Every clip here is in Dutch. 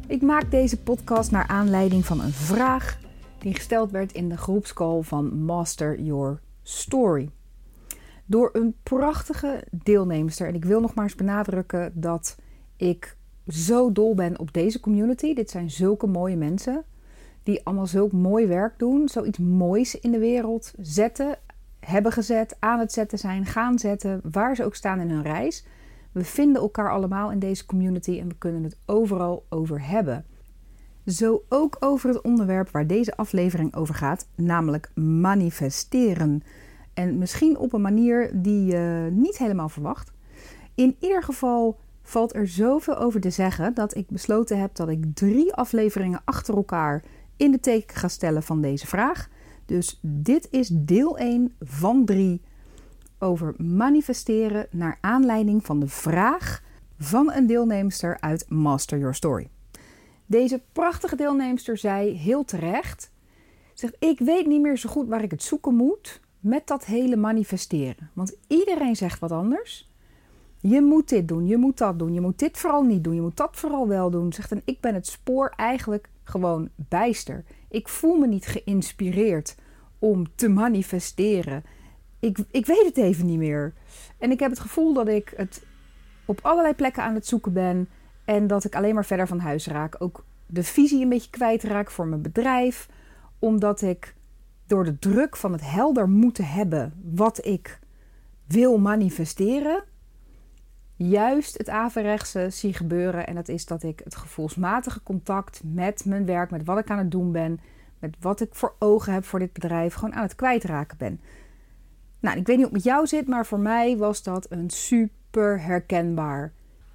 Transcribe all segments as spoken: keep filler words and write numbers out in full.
Ik maak deze podcast naar aanleiding van een vraag die gesteld werd in de groepscall van Master Your Story. Door een prachtige deelnemster. En ik wil nog maar eens benadrukken dat ik zo dol ben op deze community. Dit zijn zulke mooie mensen die allemaal zulk mooi werk doen. Zoiets moois in de wereld zetten, hebben gezet, aan het zetten zijn, gaan zetten. Waar ze ook staan in hun reis. We vinden elkaar allemaal in deze community en we kunnen het overal over hebben. Zo ook over het onderwerp waar deze aflevering over gaat, namelijk manifesteren. En misschien op een manier die je niet helemaal verwacht. In ieder geval valt er zoveel over te zeggen dat ik besloten heb dat ik drie afleveringen achter elkaar in de teken ga stellen van deze vraag. Dus dit is deel één van drie over manifesteren naar aanleiding van de vraag van een deelnemster uit Master Your Story. Deze prachtige deelnemster zei heel terecht, zegt, ik weet niet meer zo goed waar ik het zoeken moet met dat hele manifesteren. Want iedereen zegt wat anders. Je moet dit doen, je moet dat doen, je moet dit vooral niet doen, je moet dat vooral wel doen. Zegt, en ik ben het spoor eigenlijk gewoon bijster. Ik voel me niet geïnspireerd om te manifesteren. Ik, ik weet het even niet meer. En ik heb het gevoel dat ik het op allerlei plekken aan het zoeken ben. En dat ik alleen maar verder van huis raak. Ook de visie een beetje kwijtraak voor mijn bedrijf. Omdat ik door de druk van het helder moeten hebben wat ik wil manifesteren, juist het averechtse zie gebeuren. En dat is dat ik het gevoelsmatige contact met mijn werk, met wat ik aan het doen ben, met wat ik voor ogen heb voor dit bedrijf, gewoon aan het kwijtraken ben. Nou, ik weet niet hoe het met jou zit, maar voor mij was dat een super herkenbaar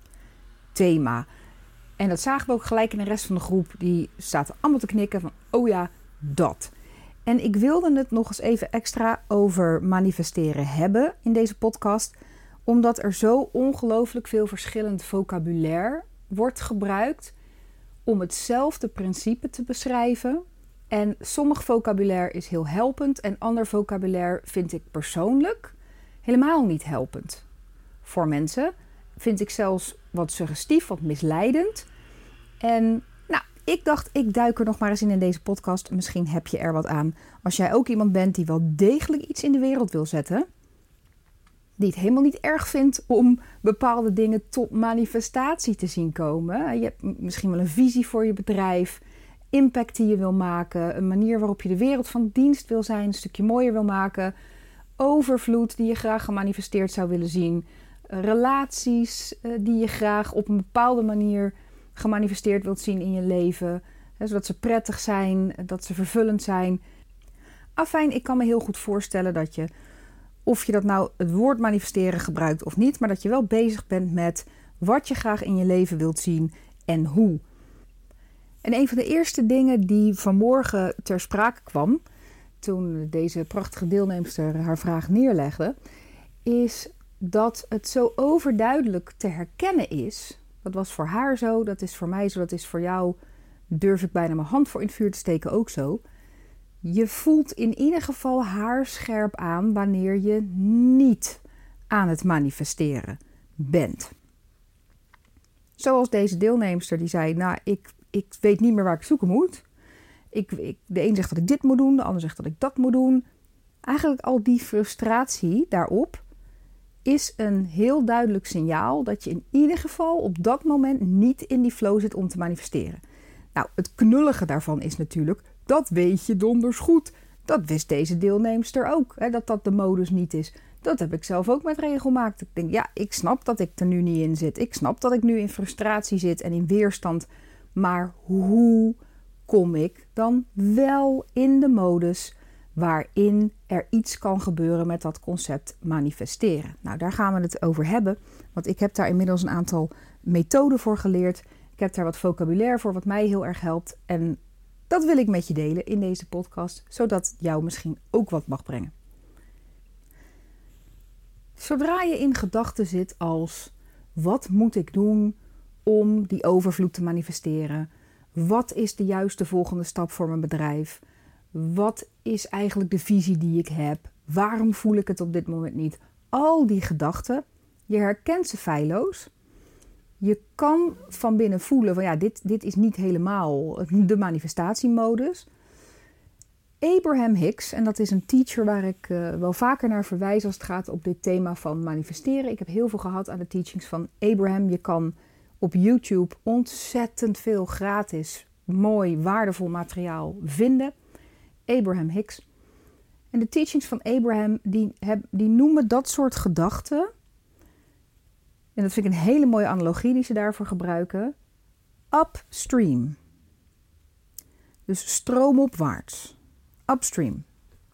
thema. En dat zagen we ook gelijk in de rest van de groep. Die zaten allemaal te knikken van, oh ja, dat. En ik wilde het nog eens even extra over manifesteren hebben in deze podcast. Omdat er zo ongelooflijk veel verschillend vocabulaire wordt gebruikt om hetzelfde principe te beschrijven. En sommig vocabulaire is heel helpend en ander vocabulaire vind ik persoonlijk helemaal niet helpend. Voor mensen vind ik zelfs wat suggestief, wat misleidend. En nou, ik dacht, ik duik er nog maar eens in in deze podcast. Misschien heb je er wat aan. Als jij ook iemand bent die wel degelijk iets in de wereld wil zetten, die het helemaal niet erg vindt om bepaalde dingen tot manifestatie te zien komen. Je hebt misschien wel een visie voor je bedrijf, impact die je wil maken, een manier waarop je de wereld van dienst wil zijn, een stukje mooier wil maken, overvloed die je graag gemanifesteerd zou willen zien, relaties die je graag op een bepaalde manier gemanifesteerd wilt zien in je leven, zodat ze prettig zijn, dat ze vervullend zijn. Afijn, ik kan me heel goed voorstellen dat je, of je dat nou het woord manifesteren gebruikt of niet, maar dat je wel bezig bent met wat je graag in je leven wilt zien en hoe. En een van de eerste dingen die vanmorgen ter sprake kwam, toen deze prachtige deelnemster haar vraag neerlegde, is dat het zo overduidelijk te herkennen is. Dat was voor haar zo, dat is voor mij zo, dat is voor jou, durf ik bijna mijn hand voor in het vuur te steken, ook zo. Je voelt in ieder geval haarscherp aan wanneer je niet aan het manifesteren bent. Zoals deze deelnemster die zei, nou, ik, ik weet niet meer waar ik zoeken moet. Ik, ik, de een zegt dat ik dit moet doen, de ander zegt dat ik dat moet doen. Eigenlijk al die frustratie daarop is een heel duidelijk signaal dat je in ieder geval op dat moment niet in die flow zit om te manifesteren. Nou, het knullige daarvan is natuurlijk, dat weet je donders goed. Dat wist deze deelnemster ook, hè, dat dat de modus niet is. Dat heb ik zelf ook met regelmaat. Ik denk, ja, ik snap dat ik er nu niet in zit. Ik snap dat ik nu in frustratie zit en in weerstand. Maar hoe kom ik dan wel in de modus waarin er iets kan gebeuren met dat concept manifesteren? Nou, daar gaan we het over hebben. Want ik heb daar inmiddels een aantal methoden voor geleerd. Ik heb daar wat vocabulaire voor wat mij heel erg helpt. En dat wil ik met je delen in deze podcast, zodat het jou misschien ook wat mag brengen. Zodra je in gedachten zit als, wat moet ik doen om die overvloed te manifesteren? Wat is de juiste volgende stap voor mijn bedrijf? Wat is eigenlijk de visie die ik heb? Waarom voel ik het op dit moment niet? Al die gedachten, je herkent ze feilloos. Je kan van binnen voelen van ja, dit, dit is niet helemaal de manifestatiemodus. Abraham Hicks, en dat is een teacher waar ik uh, wel vaker naar verwijs als het gaat op dit thema van manifesteren. Ik heb heel veel gehad aan de teachings van Abraham. Je kan op YouTube ontzettend veel gratis, mooi, waardevol materiaal vinden. Abraham Hicks. En de teachings van Abraham, die, heb, die noemen dat soort gedachten, en dat vind ik een hele mooie analogie die ze daarvoor gebruiken, upstream. Dus stroomopwaarts. Upstream.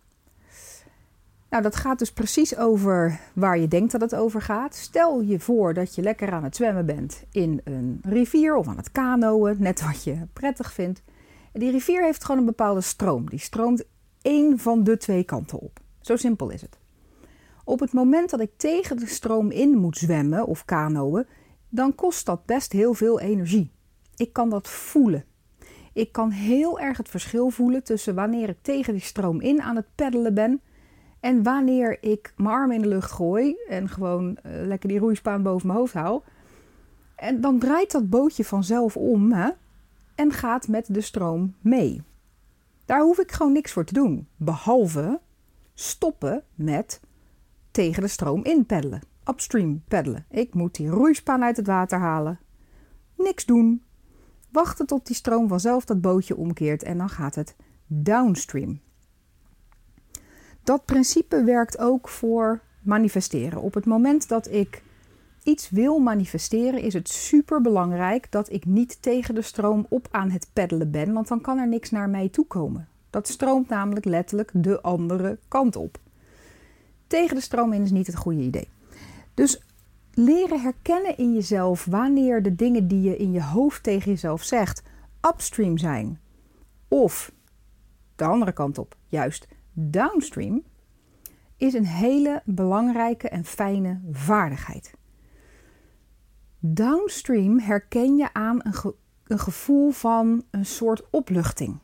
Nou, dat gaat dus precies over waar je denkt dat het over gaat. Stel je voor dat je lekker aan het zwemmen bent in een rivier of aan het kanoën, net wat je prettig vindt. En die rivier heeft gewoon een bepaalde stroom. Die stroomt één van de twee kanten op. Zo simpel is het. Op het moment dat ik tegen de stroom in moet zwemmen of kanoën, dan kost dat best heel veel energie. Ik kan dat voelen. Ik kan heel erg het verschil voelen tussen wanneer ik tegen die stroom in aan het peddelen ben en wanneer ik mijn arm in de lucht gooi en gewoon uh, lekker die roeispaan boven mijn hoofd hou. En dan draait dat bootje vanzelf om, hè, en gaat met de stroom mee. Daar hoef ik gewoon niks voor te doen, behalve stoppen met tegen de stroom in peddelen. Upstream peddelen. Ik moet die roeispaan uit het water halen. Niks doen. Wachten tot die stroom vanzelf dat bootje omkeert en dan gaat het downstream. Dat principe werkt ook voor manifesteren. Op het moment dat ik iets wil manifesteren, is het super belangrijk dat ik niet tegen de stroom op aan het peddelen ben, want dan kan er niks naar mij toe komen. Dat stroomt namelijk letterlijk de andere kant op. Tegen de stroom in is niet het goede idee. Dus leren herkennen in jezelf wanneer de dingen die je in je hoofd tegen jezelf zegt upstream zijn of de andere kant op, juist downstream, is een hele belangrijke en fijne vaardigheid. Downstream herken je aan een, ge- een gevoel van een soort opluchting.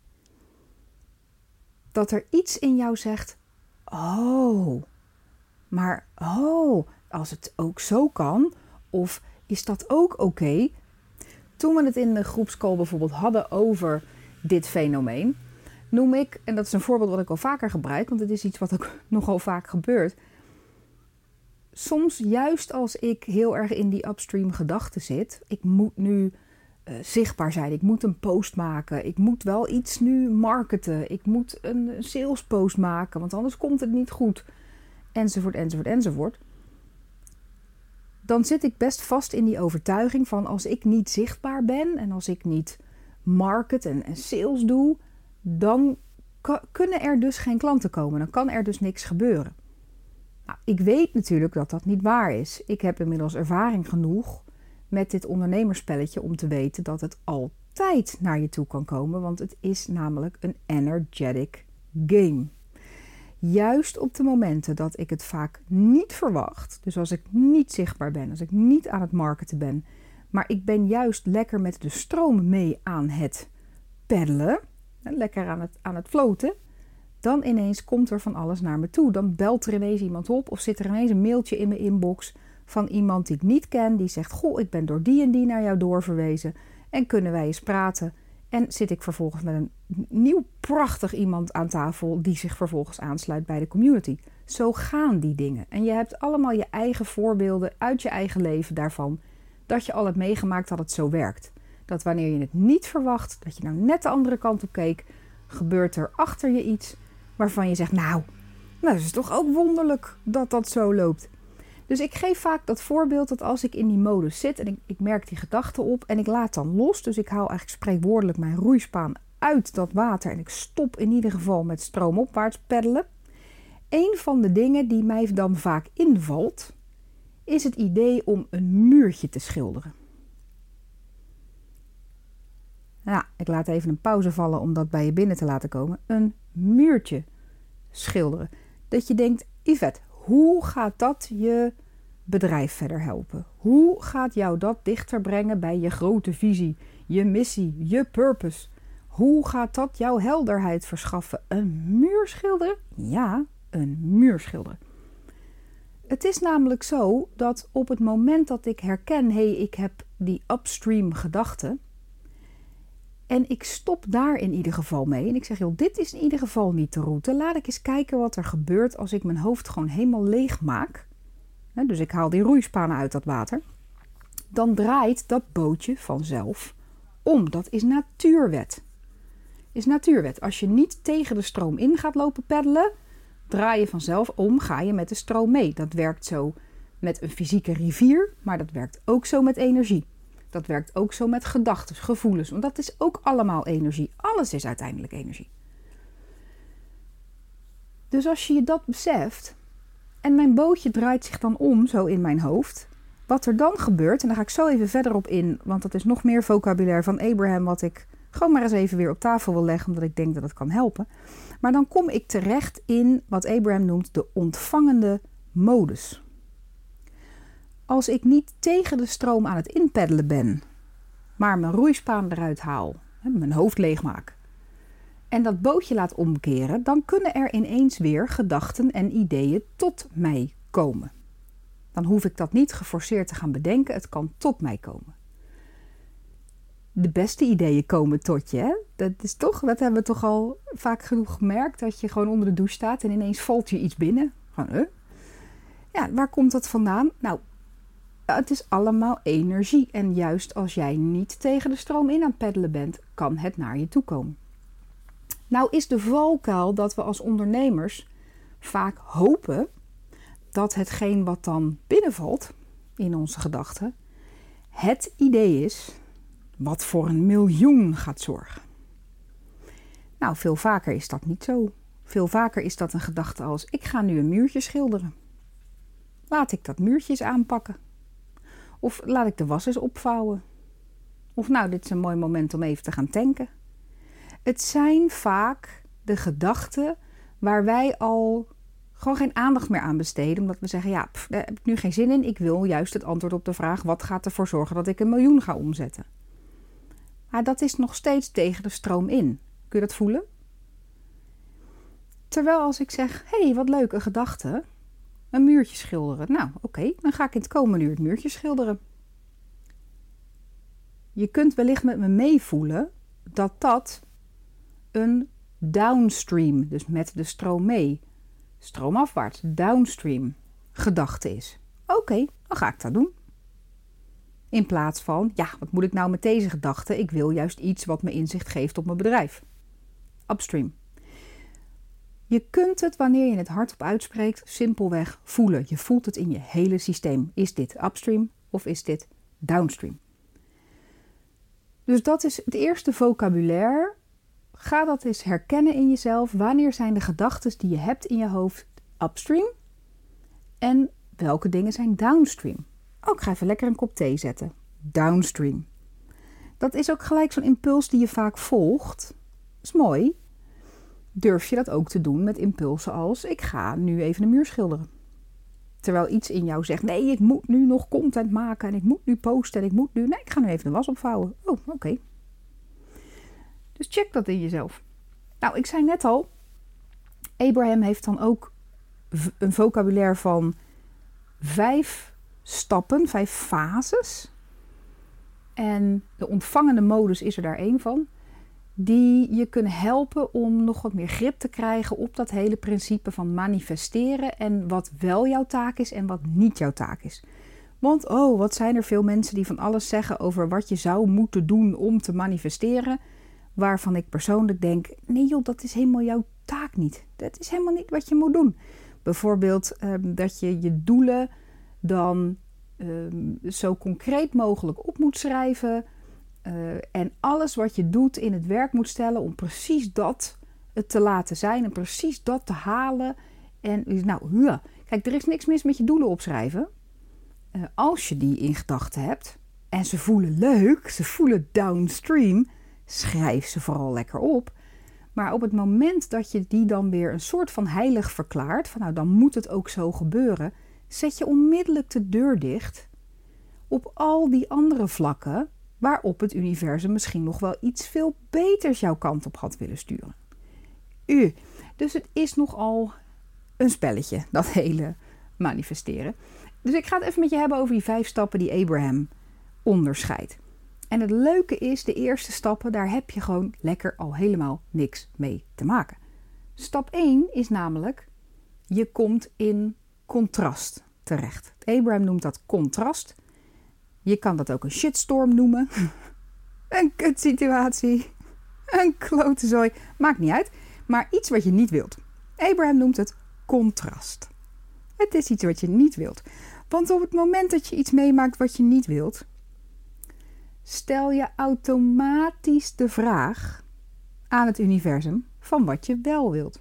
Dat er iets in jou zegt, oh, maar oh, als het ook zo kan, of is dat ook oké? Okay? Toen we het in de groepscall bijvoorbeeld hadden over dit fenomeen, noem ik, en dat is een voorbeeld wat ik al vaker gebruik, want het is iets wat ook nogal vaak gebeurt. Soms juist als ik heel erg in die upstream gedachten zit, ik moet nu uh, zichtbaar zijn, ik moet een post maken, ik moet wel iets nu marketen, ik moet een sales post maken, want anders komt het niet goed, enzovoort, enzovoort, enzovoort. Dan zit ik best vast in die overtuiging van als ik niet zichtbaar ben en als ik niet market en, en sales doe, dan ka- kunnen er dus geen klanten komen. Dan kan er dus niks gebeuren. Nou, ik weet natuurlijk dat dat niet waar is. Ik heb inmiddels ervaring genoeg met dit ondernemerspelletje om te weten dat het altijd naar je toe kan komen, want het is namelijk een energetic game. Juist op de momenten dat ik het vaak niet verwacht, dus als ik niet zichtbaar ben, als ik niet aan het marketen ben, maar ik ben juist lekker met de stroom mee aan het peddelen, lekker aan het, aan het floten, dan ineens komt er van alles naar me toe. Dan belt er ineens iemand op of zit er ineens een mailtje in mijn inbox van iemand die ik niet ken, die zegt, goh, ik ben door die en die naar jou doorverwezen en kunnen wij eens praten? En zit ik vervolgens met een nieuw prachtig iemand aan tafel die zich vervolgens aansluit bij de community. Zo gaan die dingen. En je hebt allemaal je eigen voorbeelden uit je eigen leven daarvan, dat je al hebt meegemaakt dat het zo werkt. Dat wanneer je het niet verwacht, dat je nou net de andere kant op keek, gebeurt er achter je iets waarvan je zegt, nou, nou dat is toch ook wonderlijk dat dat zo loopt. Dus ik geef vaak dat voorbeeld dat als ik in die modus zit en ik, ik merk die gedachten op en ik laat dan los. Dus ik hou eigenlijk spreekwoordelijk mijn roeispaan uit dat water en ik stop in ieder geval met stroomopwaarts peddelen. Een van de dingen die mij dan vaak invalt, is het idee om een muurtje te schilderen. Nou, ik laat even een pauze vallen om dat bij je binnen te laten komen. Een muurtje schilderen. Dat je denkt, Yvette, hoe gaat dat je bedrijf verder helpen? Hoe gaat jou dat dichter brengen bij je grote visie, je missie, je purpose? Hoe gaat dat jouw helderheid verschaffen? Een muur schilderen? Ja, een muur schilderen. Het is namelijk zo dat op het moment dat ik herken, hé, hey, ik heb die upstream gedachten. En ik stop daar in ieder geval mee. En ik zeg, joh, dit is in ieder geval niet de route. Laat ik eens kijken wat er gebeurt als ik mijn hoofd gewoon helemaal leeg maak. Dus ik haal die roeispanen uit dat water. Dan draait dat bootje vanzelf om. Dat is natuurwet. Is natuurwet. Als je niet tegen de stroom in gaat lopen peddelen, draai je vanzelf om, ga je met de stroom mee. Dat werkt zo met een fysieke rivier, maar dat werkt ook zo met energie. Dat werkt ook zo met gedachten, gevoelens. Want dat is ook allemaal energie. Alles is uiteindelijk energie. Dus als je je dat beseft, en mijn bootje draait zich dan om, zo in mijn hoofd. Wat er dan gebeurt, en daar ga ik zo even verder op in, want dat is nog meer vocabulaire van Abraham, wat ik gewoon maar eens even weer op tafel wil leggen, omdat ik denk dat het kan helpen. Maar dan kom ik terecht in wat Abraham noemt de ontvangende modus. Als ik niet tegen de stroom aan het inpeddelen ben, maar mijn roeispaan eruit haal, mijn hoofd leegmaak, en dat bootje laat omkeren, dan kunnen er ineens weer gedachten en ideeën tot mij komen. Dan hoef ik dat niet geforceerd te gaan bedenken, het kan tot mij komen. De beste ideeën komen tot je. Hè? Dat is toch, dat hebben we toch al vaak genoeg gemerkt, dat je gewoon onder de douche staat en ineens valt je iets binnen. Gewoon, huh? Ja, waar komt dat vandaan? Nou, het is allemaal energie. En juist als jij niet tegen de stroom in aan het peddelen bent, kan het naar je toe komen. Nou is de valkuil dat we als ondernemers vaak hopen dat hetgeen wat dan binnenvalt in onze gedachten, het idee is wat voor een miljoen gaat zorgen. Nou, veel vaker is dat niet zo. Veel vaker is dat een gedachte als, ik ga nu een muurtje schilderen. Laat ik dat muurtje eens aanpakken. Of laat ik de was eens opvouwen. Of nou, dit is een mooi moment om even te gaan tanken. Het zijn vaak de gedachten waar wij al gewoon geen aandacht meer aan besteden. Omdat we zeggen, ja, pff, daar heb ik nu geen zin in. Ik wil juist het antwoord op de vraag, wat gaat ervoor zorgen dat ik een miljoen ga omzetten? Maar dat is nog steeds tegen de stroom in. Kun je dat voelen? Terwijl als ik zeg, hé, hey, wat leuk, een gedachte. Een muurtje schilderen. Nou, oké, okay, dan ga ik in het komende uur het muurtje schilderen. Je kunt wellicht met me meevoelen dat dat een downstream, dus met de stroom mee, stroomafwaarts, downstream gedachte is. Oké, okay, dan ga ik dat doen. In plaats van, ja, wat moet ik nou met deze gedachte? Ik wil juist iets wat me inzicht geeft op mijn bedrijf. Upstream. Je kunt het, wanneer je het hardop uitspreekt, simpelweg voelen. Je voelt het in je hele systeem. Is dit upstream of is dit downstream? Dus dat is het eerste vocabulaire. Ga dat eens herkennen in jezelf. Wanneer zijn de gedachten die je hebt in je hoofd upstream? En welke dingen zijn downstream? Oh, ik ga even lekker een kop thee zetten. Downstream. Dat is ook gelijk zo'n impuls die je vaak volgt. Dat is mooi. Durf je dat ook te doen met impulsen als, ik ga nu even een muur schilderen. Terwijl iets in jou zegt, nee, ik moet nu nog content maken en ik moet nu posten en ik moet nu, nee, ik ga nu even de was opvouwen. Oh, oké. Okay. Dus check dat in jezelf. Nou, ik zei net al, Abraham heeft dan ook een vocabulaire van vijf stappen, vijf fases. En de ontvangende modus is er daar één van. Die je kunnen helpen om nog wat meer grip te krijgen op dat hele principe van manifesteren. En wat wel jouw taak is en wat niet jouw taak is. Want oh, wat zijn er veel mensen die van alles zeggen over wat je zou moeten doen om te manifesteren. Waarvan ik persoonlijk denk, nee joh, dat is helemaal jouw taak niet. Dat is helemaal niet wat je moet doen. Bijvoorbeeld um, dat je je doelen dan um, zo concreet mogelijk op moet schrijven. Uh, en alles wat je doet in het werk moet stellen om precies dat te laten zijn. En precies dat te halen. En nou, ja. Kijk, er is niks mis met je doelen opschrijven. Uh, als je die in gedachten hebt. En ze voelen leuk. Ze voelen downstream. Schrijf ze vooral lekker op. Maar op het moment dat je die dan weer een soort van heilig verklaart. Van nou, dan moet het ook zo gebeuren. Zet je onmiddellijk de deur dicht. Op al die andere vlakken. Waarop het universum misschien nog wel iets veel beters jouw kant op had willen sturen. U. Dus het is nogal een spelletje, dat hele manifesteren. Dus ik ga het even met je hebben over die vijf stappen die Abraham onderscheidt. En het leuke is, de eerste stappen, daar heb je gewoon lekker al helemaal niks mee te maken. Stap één is namelijk, je komt in contrast terecht. Abraham noemt dat contrast. Je kan dat ook een shitstorm noemen. Een kutsituatie. Een klote zooi. Maakt niet uit. Maar iets wat je niet wilt. Abraham noemt het contrast. Het is iets wat je niet wilt. Want op het moment dat je iets meemaakt wat je niet wilt, stel je automatisch de vraag aan het universum van wat je wel wilt.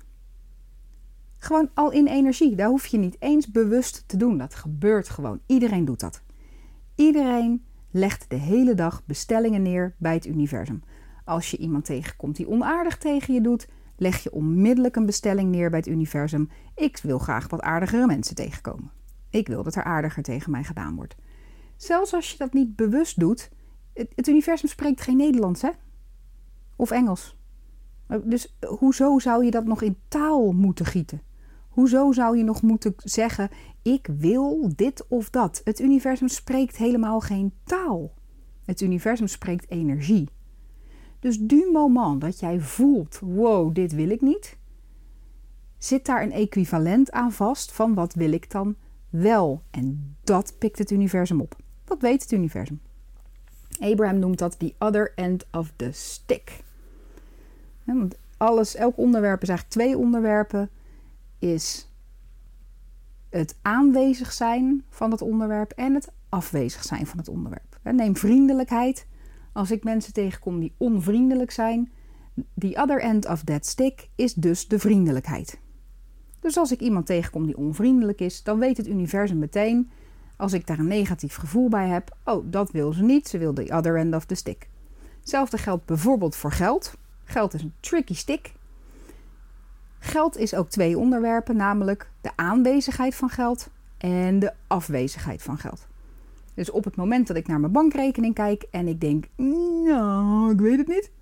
Gewoon al in energie. Daar hoef je niet eens bewust te doen. Dat gebeurt gewoon. Iedereen doet dat. Iedereen legt de hele dag bestellingen neer bij het universum. Als je iemand tegenkomt die onaardig tegen je doet, leg je onmiddellijk een bestelling neer bij het universum. Ik wil graag wat aardigere mensen tegenkomen. Ik wil dat er aardiger tegen mij gedaan wordt. Zelfs als je dat niet bewust doet, het, het universum spreekt geen Nederlands, hè? Of Engels. Dus hoezo zou je dat nog in taal moeten gieten? Hoezo zou je nog moeten zeggen, ik wil dit of dat? Het universum spreekt helemaal geen taal. Het universum spreekt energie. Dus du moment dat jij voelt, wow, dit wil ik niet, zit daar een equivalent aan vast van wat wil ik dan wel? En dat pikt het universum op. Dat weet het universum. Abraham noemt dat the other end of the stick. Ja, want alles, elk onderwerp is eigenlijk twee onderwerpen. Is het aanwezig zijn van het onderwerp en het afwezig zijn van het onderwerp. Neem vriendelijkheid. Als ik mensen tegenkom die onvriendelijk zijn, the other end of that stick is dus de vriendelijkheid. Dus als ik iemand tegenkom die onvriendelijk is, dan weet het universum meteen, als ik daar een negatief gevoel bij heb, oh, dat wil ze niet, ze wil the other end of the stick. Hetzelfde geldt bijvoorbeeld voor geld. Geld is een tricky stick. Geld is ook twee onderwerpen, namelijk de aanwezigheid van geld en de afwezigheid van geld. Dus op het moment dat ik naar mijn bankrekening kijk en ik denk, nou, ik weet het niet,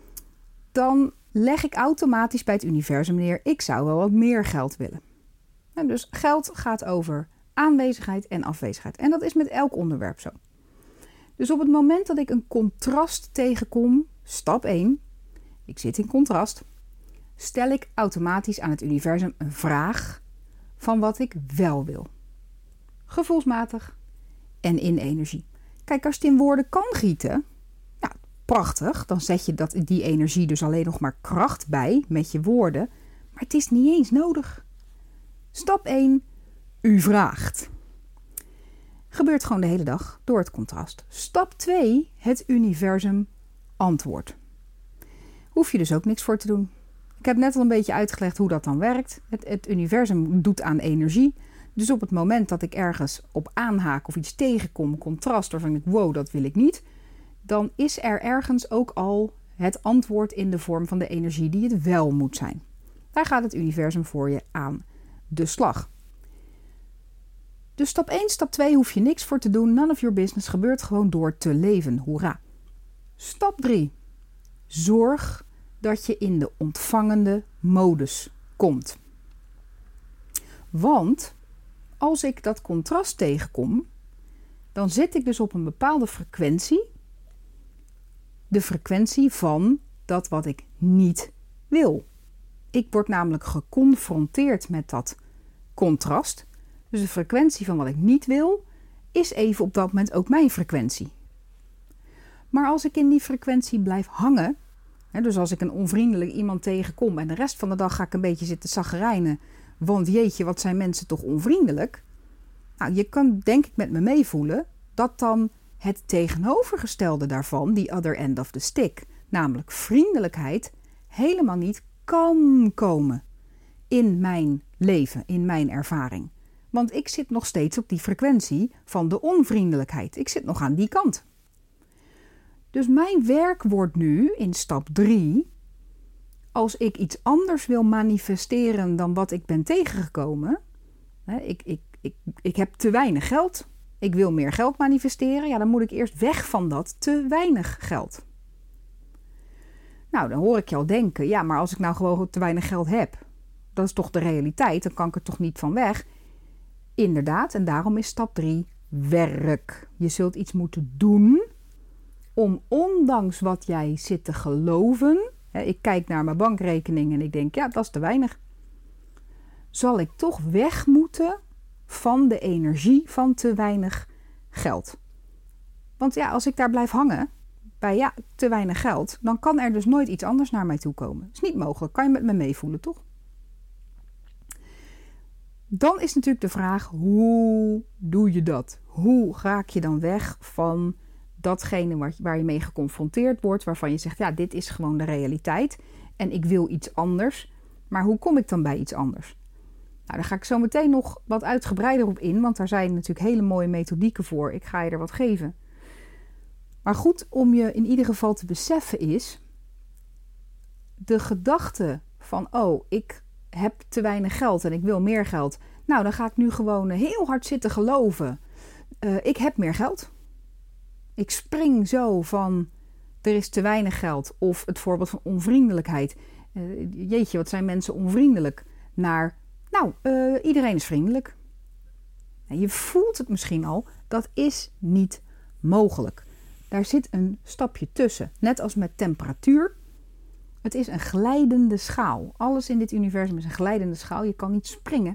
dan leg ik automatisch bij het universum neer, ik zou wel wat meer geld willen. En dus geld gaat over aanwezigheid en afwezigheid. En dat is met elk onderwerp zo. Dus op het moment dat ik een contrast tegenkom, stap één, ik zit in contrast, stel ik automatisch aan het universum een vraag van wat ik wel wil. Gevoelsmatig en in energie. Kijk, als je het in woorden kan gieten, ja, prachtig, dan zet je dat, die energie dus alleen nog maar kracht bij met je woorden, maar het is niet eens nodig. Stap één, u vraagt. Gebeurt gewoon de hele dag door het contrast. Stap twee, het universum antwoordt. Hoef je dus ook niks voor te doen. Ik heb net al een beetje uitgelegd hoe dat dan werkt. Het, het universum doet aan energie. Dus op het moment dat ik ergens op aanhaak of iets tegenkom, contrast, waarvan ik wow, dat wil ik niet, dan is er ergens ook al het antwoord in de vorm van de energie die het wel moet zijn. Daar gaat het universum voor je aan de slag. Dus stap één, stap twee hoef je niks voor te doen. None of your business, gebeurt gewoon door te leven. Hoera. Stap drie. Zorg dat je in de ontvangende modus komt. Want als ik dat contrast tegenkom, dan zit ik dus op een bepaalde frequentie. De frequentie van dat wat ik niet wil. Ik word namelijk geconfronteerd met dat contrast. Dus de frequentie van wat ik niet wil, is even op dat moment ook mijn frequentie. Maar als ik in die frequentie blijf hangen, hè, dus als ik een onvriendelijk iemand tegenkom en de rest van de dag ga ik een beetje zitten chagrijnen, want jeetje, wat zijn mensen toch onvriendelijk. Nou, je kan denk ik met me meevoelen dat dan het tegenovergestelde daarvan, die other end of the stick, namelijk vriendelijkheid, helemaal niet kan komen in mijn leven, in mijn ervaring. Want ik zit nog steeds op die frequentie van de onvriendelijkheid. Ik zit nog aan die kant. Dus mijn werk wordt nu in stap drie, als ik iets anders wil manifesteren dan wat ik ben tegengekomen. Hè, ik, ik, ik, ik heb te weinig geld. Ik wil meer geld manifesteren. Ja, dan moet ik eerst weg van dat te weinig geld. Nou, dan hoor ik je al denken, ja, maar als ik nou gewoon te weinig geld heb, dat is toch de realiteit, dan kan ik er toch niet van weg. Inderdaad, en daarom is stap drie werk. Je zult iets moeten doen om, ondanks wat jij zit te geloven, hè, ik kijk naar mijn bankrekening en ik denk, ja, dat is te weinig. Zal ik toch weg moeten van de energie van te weinig geld. Want ja, als ik daar blijf hangen bij ja, te weinig geld, dan kan er dus nooit iets anders naar mij toe komen. Dat is niet mogelijk. Kan je met me meevoelen, toch? Dan is natuurlijk de vraag, hoe doe je dat? Hoe raak je dan weg van datgene waar, waar je mee geconfronteerd wordt, waarvan je zegt, ja, dit is gewoon de realiteit en ik wil iets anders. Maar hoe kom ik dan bij iets anders? Nou, daar ga ik zo meteen nog wat uitgebreider op in, want daar zijn natuurlijk hele mooie methodieken voor. Ik ga je er wat geven. Maar goed om je in ieder geval te beseffen is, de gedachte van, oh, ik heb te weinig geld en ik wil meer geld. Nou, dan ga ik nu gewoon heel hard zitten geloven. Uh, ik heb meer geld. Ik spring zo van, er is te weinig geld. Of het voorbeeld van onvriendelijkheid. Uh, jeetje, wat zijn mensen onvriendelijk. Naar, nou, uh, iedereen is vriendelijk. En je voelt het misschien al, dat is niet mogelijk. Daar zit een stapje tussen. Net als met temperatuur. Het is een glijdende schaal. Alles in dit universum is een glijdende schaal. Je kan niet springen.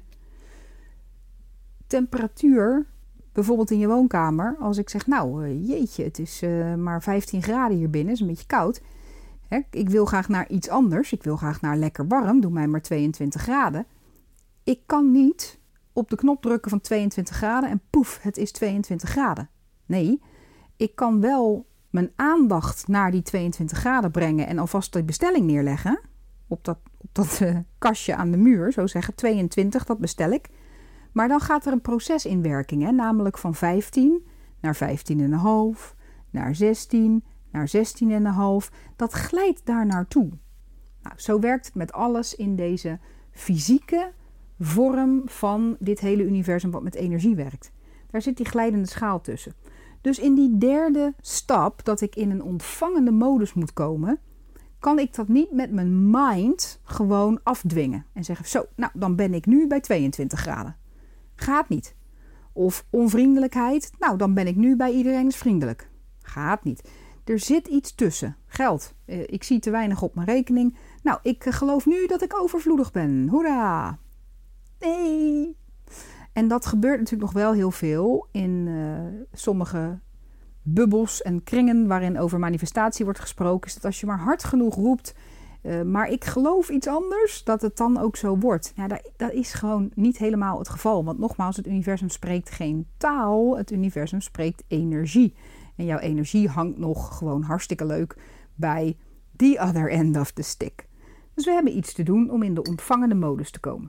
Temperatuur, bijvoorbeeld in je woonkamer. Als ik zeg, nou jeetje, het is uh, maar vijftien graden hier binnen. Is een beetje koud. Hè, ik wil graag naar iets anders. Ik wil graag naar lekker warm. Doe mij maar tweeëntwintig graden. Ik kan niet op de knop drukken van tweeëntwintig graden en poef, het is tweeëntwintig graden. Nee, ik kan wel mijn aandacht naar die tweeëntwintig graden brengen en alvast de bestelling neerleggen. Op dat, op dat uh, kastje aan de muur, zo zeggen, tweeëntwintig, dat bestel ik. Maar dan gaat er een proces in werking, hè, namelijk van vijftien naar vijftien komma vijf, naar zestien, naar zestien komma vijf. Dat glijdt daar naartoe. Nou, zo werkt het met alles in deze fysieke vorm van dit hele universum wat met energie werkt. Daar zit die glijdende schaal tussen. Dus in die derde stap, dat ik in een ontvangende modus moet komen, kan ik dat niet met mijn mind gewoon afdwingen. En zeggen, zo, nou dan ben ik nu bij tweeëntwintig graden. Gaat niet. Of onvriendelijkheid, nou dan ben ik nu bij iedereen is vriendelijk. Gaat niet. Er zit iets tussen. Geld. Ik zie te weinig op mijn rekening. Nou, ik geloof nu dat ik overvloedig ben. Hoera! Nee! En dat gebeurt natuurlijk nog wel heel veel in uh, sommige bubbels en kringen waarin over manifestatie wordt gesproken. Is dat als je maar hard genoeg roept, uh, maar ik geloof iets anders, dat het dan ook zo wordt. Ja, dat, dat is gewoon niet helemaal het geval. Want nogmaals, het universum spreekt geen taal. Het universum spreekt energie. En jouw energie hangt nog gewoon hartstikke leuk bij the other end of the stick. Dus we hebben iets te doen om in de ontvangende modus te komen.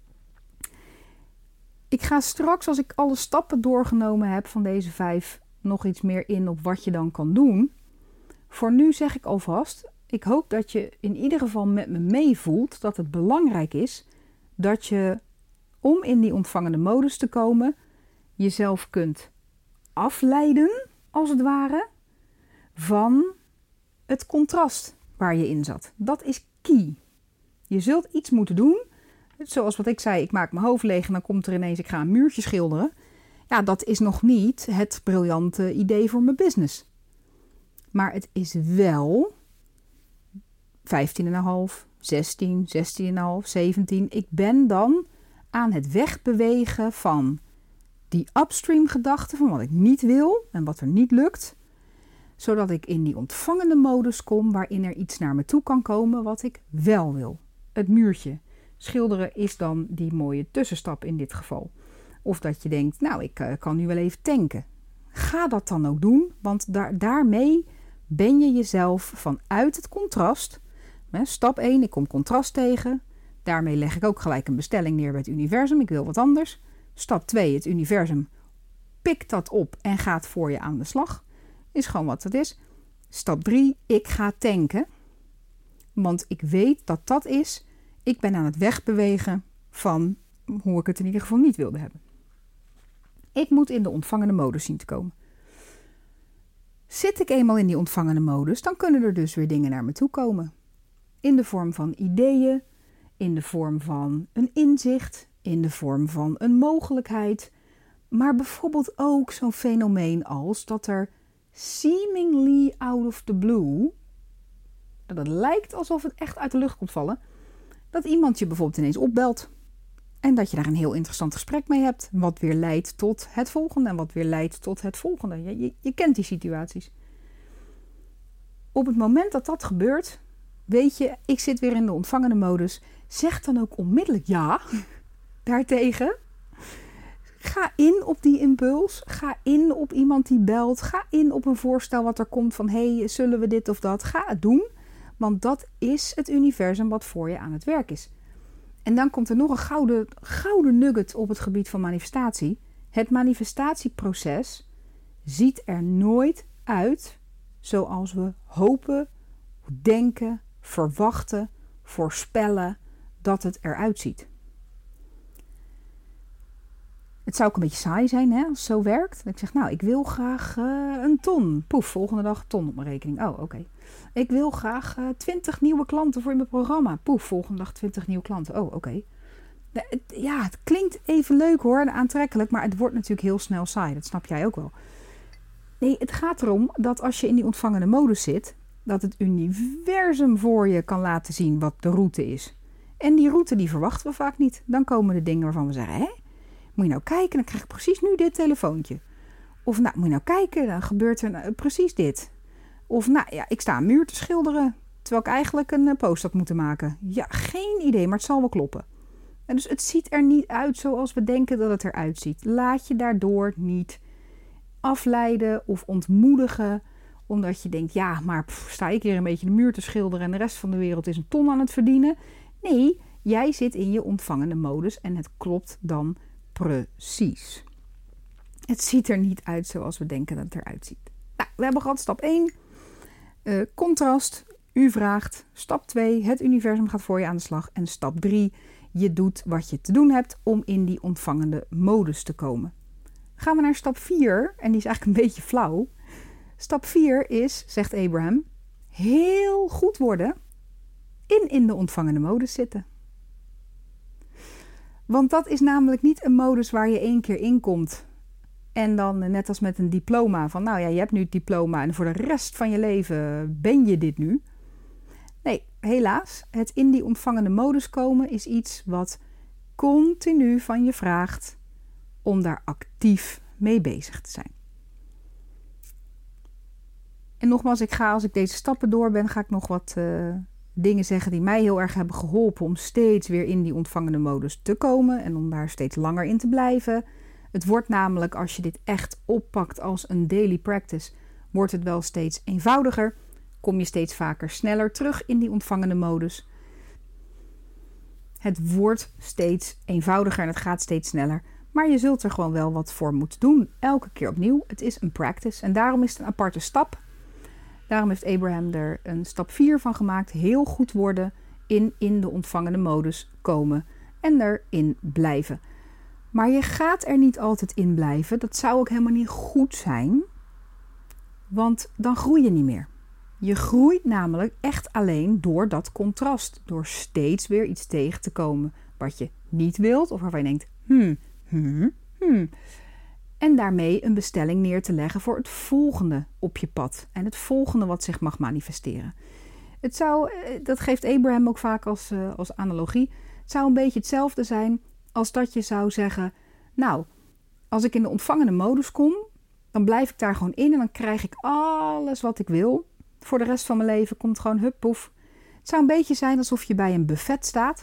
Ik ga straks, als ik alle stappen doorgenomen heb van deze vijf, nog iets meer in op wat je dan kan doen. Voor nu zeg ik alvast, ik hoop dat je in ieder geval met me meevoelt dat het belangrijk is dat je, om in die ontvangende modus te komen, jezelf kunt afleiden, als het ware, van het contrast waar je in zat. Dat is key. Je zult iets moeten doen. Zoals wat ik zei, ik maak mijn hoofd leeg en dan komt er ineens, ik ga een muurtje schilderen. Ja, dat is nog niet het briljante idee voor mijn business. Maar het is wel vijftien komma vijf, zestien, zestien komma vijf, zeventien. Ik ben dan aan het wegbewegen van die upstream gedachte van wat ik niet wil en wat er niet lukt. Zodat ik in die ontvangende modus kom waarin er iets naar me toe kan komen wat ik wel wil. Het muurtje. Schilderen is dan die mooie tussenstap in dit geval. Of dat je denkt, nou, ik uh, kan nu wel even tanken. Ga dat dan ook doen, want daar, daarmee ben je jezelf vanuit het contrast. Hè, stap één, ik kom contrast tegen. Daarmee leg ik ook gelijk een bestelling neer bij het universum. Ik wil wat anders. Stap twee, het universum pikt dat op en gaat voor je aan de slag. Is gewoon wat het is. Stap drie, ik ga tanken. Want ik weet dat dat is, ik ben aan het wegbewegen van hoe ik het in ieder geval niet wilde hebben. Ik moet in de ontvangende modus zien te komen. Zit ik eenmaal in die ontvangende modus, dan kunnen er dus weer dingen naar me toe komen. In de vorm van ideeën, in de vorm van een inzicht, in de vorm van een mogelijkheid. Maar bijvoorbeeld ook zo'n fenomeen als dat er seemingly out of the blue, dat het lijkt alsof het echt uit de lucht komt vallen, dat iemand je bijvoorbeeld ineens opbelt. En dat je daar een heel interessant gesprek mee hebt. Wat weer leidt tot het volgende en wat weer leidt tot het volgende. Je, je, je kent die situaties. Op het moment dat dat gebeurt, weet je, ik zit weer in de ontvangende modus. Zeg dan ook onmiddellijk ja daartegen. Ga in op die impuls. Ga in op iemand die belt. Ga in op een voorstel wat er komt van, hey, zullen we dit of dat? Ga het doen. Want dat is het universum wat voor je aan het werk is. En dan komt er nog een gouden, gouden nugget op het gebied van manifestatie. Het manifestatieproces ziet er nooit uit zoals we hopen, denken, verwachten, voorspellen dat het eruit ziet. Het zou ook een beetje saai zijn, hè, als het zo werkt. Ik zeg, nou, ik wil graag uh, een ton. Poef, volgende dag een ton op mijn rekening. Oh, oké. Okay. Ik wil graag uh, twintig nieuwe klanten voor in mijn programma. Poef, volgende dag twintig nieuwe klanten. Oh, oké. Okay. Ja, het klinkt even leuk hoor, aantrekkelijk, maar het wordt natuurlijk heel snel saai. Dat snap jij ook wel. Nee, het gaat erom dat als je in die ontvangende modus zit, dat het universum voor je kan laten zien wat de route is. En die route die verwachten we vaak niet. Dan komen de dingen waarvan we zeggen, hè? Moet je nou kijken, dan krijg ik precies nu dit telefoontje. Of nou, moet je nou kijken, dan gebeurt er nou, precies dit. Of nou ja, ik sta een muur te schilderen, terwijl ik eigenlijk een post had moeten maken. Ja, geen idee, maar het zal wel kloppen. En dus het ziet er niet uit zoals we denken dat het eruit ziet. Laat je daardoor niet afleiden of ontmoedigen, omdat je denkt, ja, maar pff, sta ik hier een beetje de muur te schilderen en de rest van de wereld is een ton aan het verdienen. Nee, jij zit in je ontvangende modus en het klopt dan precies. Het ziet er niet uit zoals we denken dat het eruit ziet. Nou, we hebben gehad stap één. Uh, contrast. U vraagt. Stap twee. Het universum gaat voor je aan de slag. En stap drie. Je doet wat je te doen hebt om in die ontvangende modus te komen. Gaan we naar stap vier. En die is eigenlijk een beetje flauw. Stap vier is, zegt Abraham, heel goed worden in in de ontvangende modus zitten. Want dat is namelijk niet een modus waar je één keer in komt. En dan net als met een diploma. Van nou ja, je hebt nu het diploma en voor de rest van je leven ben je dit nu. Nee, helaas. Het in die ontvangende modus komen is iets wat continu van je vraagt om daar actief mee bezig te zijn. En nogmaals, ik ga als ik deze stappen door ben, ga ik nog wat uh, dingen zeggen die mij heel erg hebben geholpen om steeds weer in die ontvangende modus te komen en om daar steeds langer in te blijven. Het wordt namelijk, als je dit echt oppakt als een daily practice, wordt het wel steeds eenvoudiger. Kom je steeds vaker sneller terug in die ontvangende modus. Het wordt steeds eenvoudiger en het gaat steeds sneller. Maar je zult er gewoon wel wat voor moeten doen. Elke keer opnieuw. Het is een practice. En daarom is het een aparte stap. Daarom heeft Abraham er een stap vier van gemaakt. Heel goed worden in, in de ontvangende modus komen. En erin blijven. Maar je gaat er niet altijd in blijven. Dat zou ook helemaal niet goed zijn. Want dan groei je niet meer. Je groeit namelijk echt alleen door dat contrast. Door steeds weer iets tegen te komen wat je niet wilt. Of waarvan je denkt, hmm, hmm, hmm. En daarmee een bestelling neer te leggen voor het volgende op je pad. En het volgende wat zich mag manifesteren. Het zou, dat geeft Abraham ook vaak als, uh, als analogie. Het zou een beetje hetzelfde zijn als dat je zou zeggen, nou, als ik in de ontvangende modus kom, dan blijf ik daar gewoon in en dan krijg ik alles wat ik wil. Voor de rest van mijn leven komt gewoon hup poef. Het zou een beetje zijn alsof je bij een buffet staat.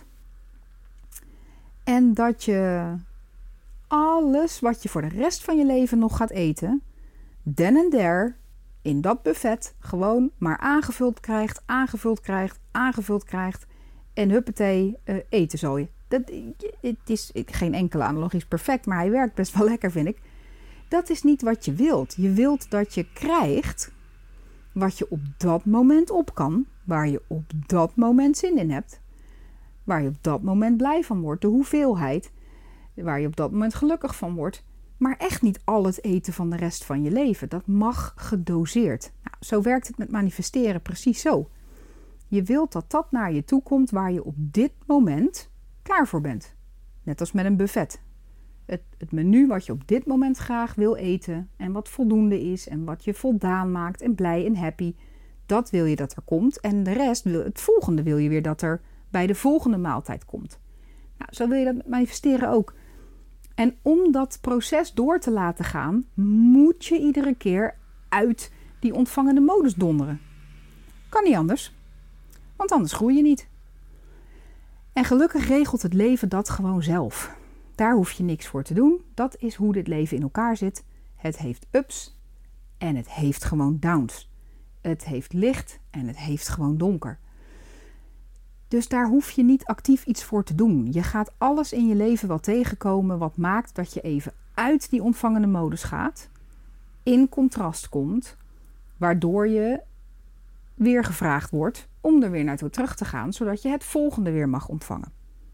En dat je alles wat je voor de rest van je leven nog gaat eten, then and there, in dat buffet, gewoon maar aangevuld krijgt, aangevuld krijgt, aangevuld krijgt. En huppatee, uh, eten zal je. Dat, het is geen enkele analogie is perfect, maar hij werkt best wel lekker, vind ik. Dat is niet wat je wilt. Je wilt dat je krijgt wat je op dat moment op kan, waar je op dat moment zin in hebt, waar je op dat moment blij van wordt, de hoeveelheid, waar je op dat moment gelukkig van wordt, maar echt niet al het eten van de rest van je leven. Dat mag gedoseerd. Nou, zo werkt het met manifesteren precies zo. Je wilt dat dat naar je toe komt waar je op dit moment klaar voor bent. Net als met een buffet. Het, het menu wat je op dit moment graag wil eten en wat voldoende is en wat je voldaan maakt en blij en happy, dat wil je dat er komt. En de rest, wil, het volgende wil je weer dat er bij de volgende maaltijd komt. Nou, zo wil je dat manifesteren ook. En om dat proces door te laten gaan, moet je iedere keer uit die ontvangende modus donderen. Kan niet anders, want anders groei je niet. En gelukkig regelt het leven dat gewoon zelf. Daar hoef je niks voor te doen. Dat is hoe dit leven in elkaar zit. Het heeft ups en het heeft gewoon downs. Het heeft licht en het heeft gewoon donker. Dus daar hoef je niet actief iets voor te doen. Je gaat alles in je leven wel tegenkomen wat maakt dat je even uit die ontvangende modus gaat. In contrast komt, waardoor je weer gevraagd wordt om er weer naartoe terug te gaan, zodat je het volgende weer mag ontvangen.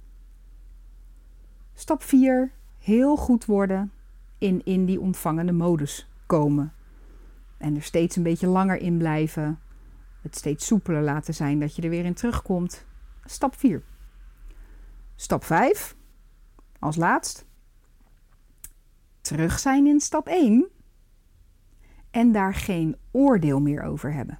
Stap vier. Heel goed worden in, in die ontvangende modus komen. En er steeds een beetje langer in blijven. Het steeds soepeler laten zijn dat je er weer in terugkomt. Stap vier. Stap vijf. Als laatst. Terug zijn in stap één. En daar geen oordeel meer over hebben.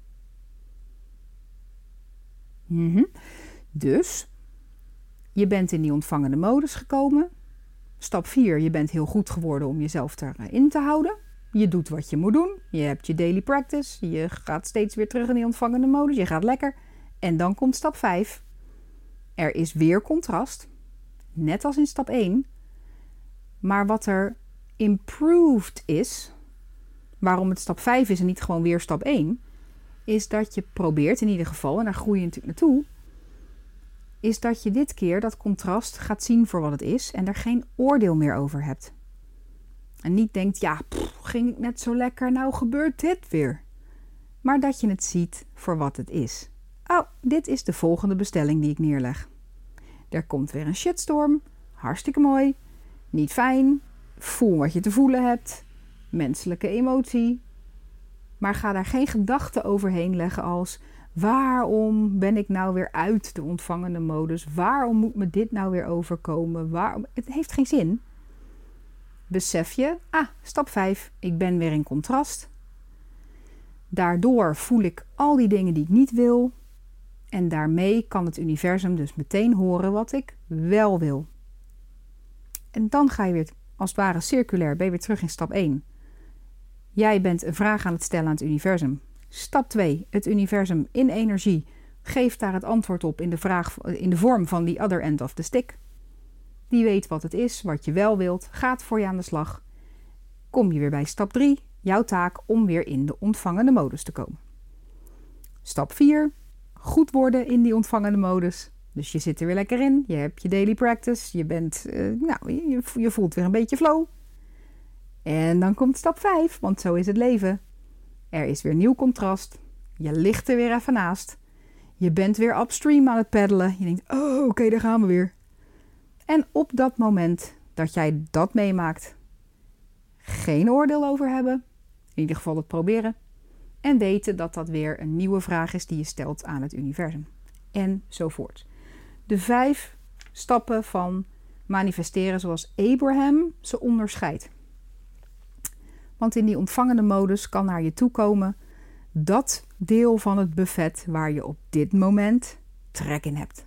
Mm-hmm. Dus, je bent in die ontvangende modus gekomen. Stap vier, je bent heel goed geworden om jezelf erin te houden. Je doet wat je moet doen. Je hebt je daily practice. Je gaat steeds weer terug in die ontvangende modus. Je gaat lekker. En dan komt stap vijf. Er is weer contrast. Net als in stap één. Maar wat er improved is, waarom het stap vijf is en niet gewoon weer stap één, is dat je probeert in ieder geval, en daar groei je natuurlijk naartoe, is dat je dit keer dat contrast gaat zien voor wat het is en er geen oordeel meer over hebt. En niet denkt, ja, pff, ging ik net zo lekker, nou gebeurt dit weer. Maar dat je het ziet voor wat het is. Oh, dit is de volgende bestelling die ik neerleg. Er komt weer een shitstorm, hartstikke mooi, niet fijn, voel wat je te voelen hebt, menselijke emotie. Maar ga daar geen gedachten overheen leggen als, waarom ben ik nou weer uit de ontvangende modus? Waarom moet me dit nou weer overkomen? Waarom? Het heeft geen zin. Besef je, ah, stap vijf, ik ben weer in contrast. Daardoor voel ik al die dingen die ik niet wil. En daarmee kan het universum dus meteen horen wat ik wel wil. En dan ga je weer, als het ware circulair, ben je weer terug in stap één. Jij bent een vraag aan het stellen aan het universum. Stap twee, het universum in energie geeft daar het antwoord op in de, vraag, in de vorm van die other end of the stick. Die weet wat het is, wat je wel wilt, gaat voor je aan de slag. Kom je weer bij stap drie, jouw taak om weer in de ontvangende modus te komen. Stap vier, goed worden in die ontvangende modus. Dus je zit er weer lekker in, je hebt je daily practice, je, bent, uh, nou, je, je voelt weer een beetje flow. En dan komt stap vijf, want zo is het leven. Er is weer nieuw contrast, je ligt er weer even naast. Je bent weer upstream aan het peddelen. Je denkt, oh oké, okay, daar gaan we weer. En op dat moment dat jij dat meemaakt, geen oordeel over hebben. In ieder geval het proberen. En weten dat dat weer een nieuwe vraag is die je stelt aan het universum. Enzovoort. De vijf stappen van manifesteren zoals Abraham ze onderscheidt. Want in die ontvangende modus kan naar je toe komen dat deel van het buffet waar je op dit moment trek in hebt.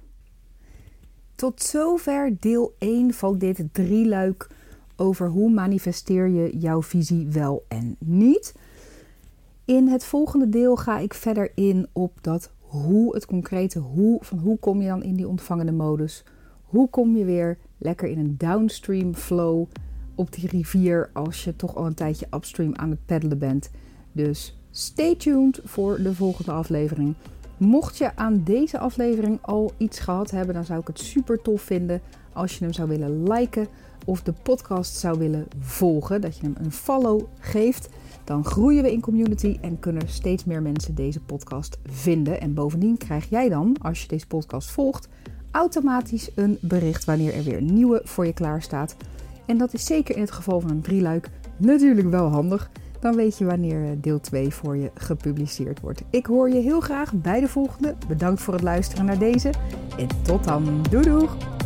Tot zover deel één van dit drieluik over hoe manifesteer je jouw visie wel en niet. In het volgende deel ga ik verder in op dat hoe, het concrete hoe, van hoe kom je dan in die ontvangende modus. Hoe kom je weer lekker in een downstream flow op die rivier als je toch al een tijdje upstream aan het peddelen bent. Dus stay tuned voor de volgende aflevering. Mocht je aan deze aflevering al iets gehad hebben, dan zou ik het super tof vinden als je hem zou willen liken of de podcast zou willen volgen. Dat je hem een follow geeft. Dan groeien we in community en kunnen steeds meer mensen deze podcast vinden. En bovendien krijg jij dan, als je deze podcast volgt, automatisch een bericht wanneer er weer een nieuwe voor je klaar staat. En dat is zeker in het geval van een drieluik natuurlijk wel handig. Dan weet je wanneer deel twee voor je gepubliceerd wordt. Ik hoor je heel graag bij de volgende. Bedankt voor het luisteren naar deze. En tot dan. Doei doei!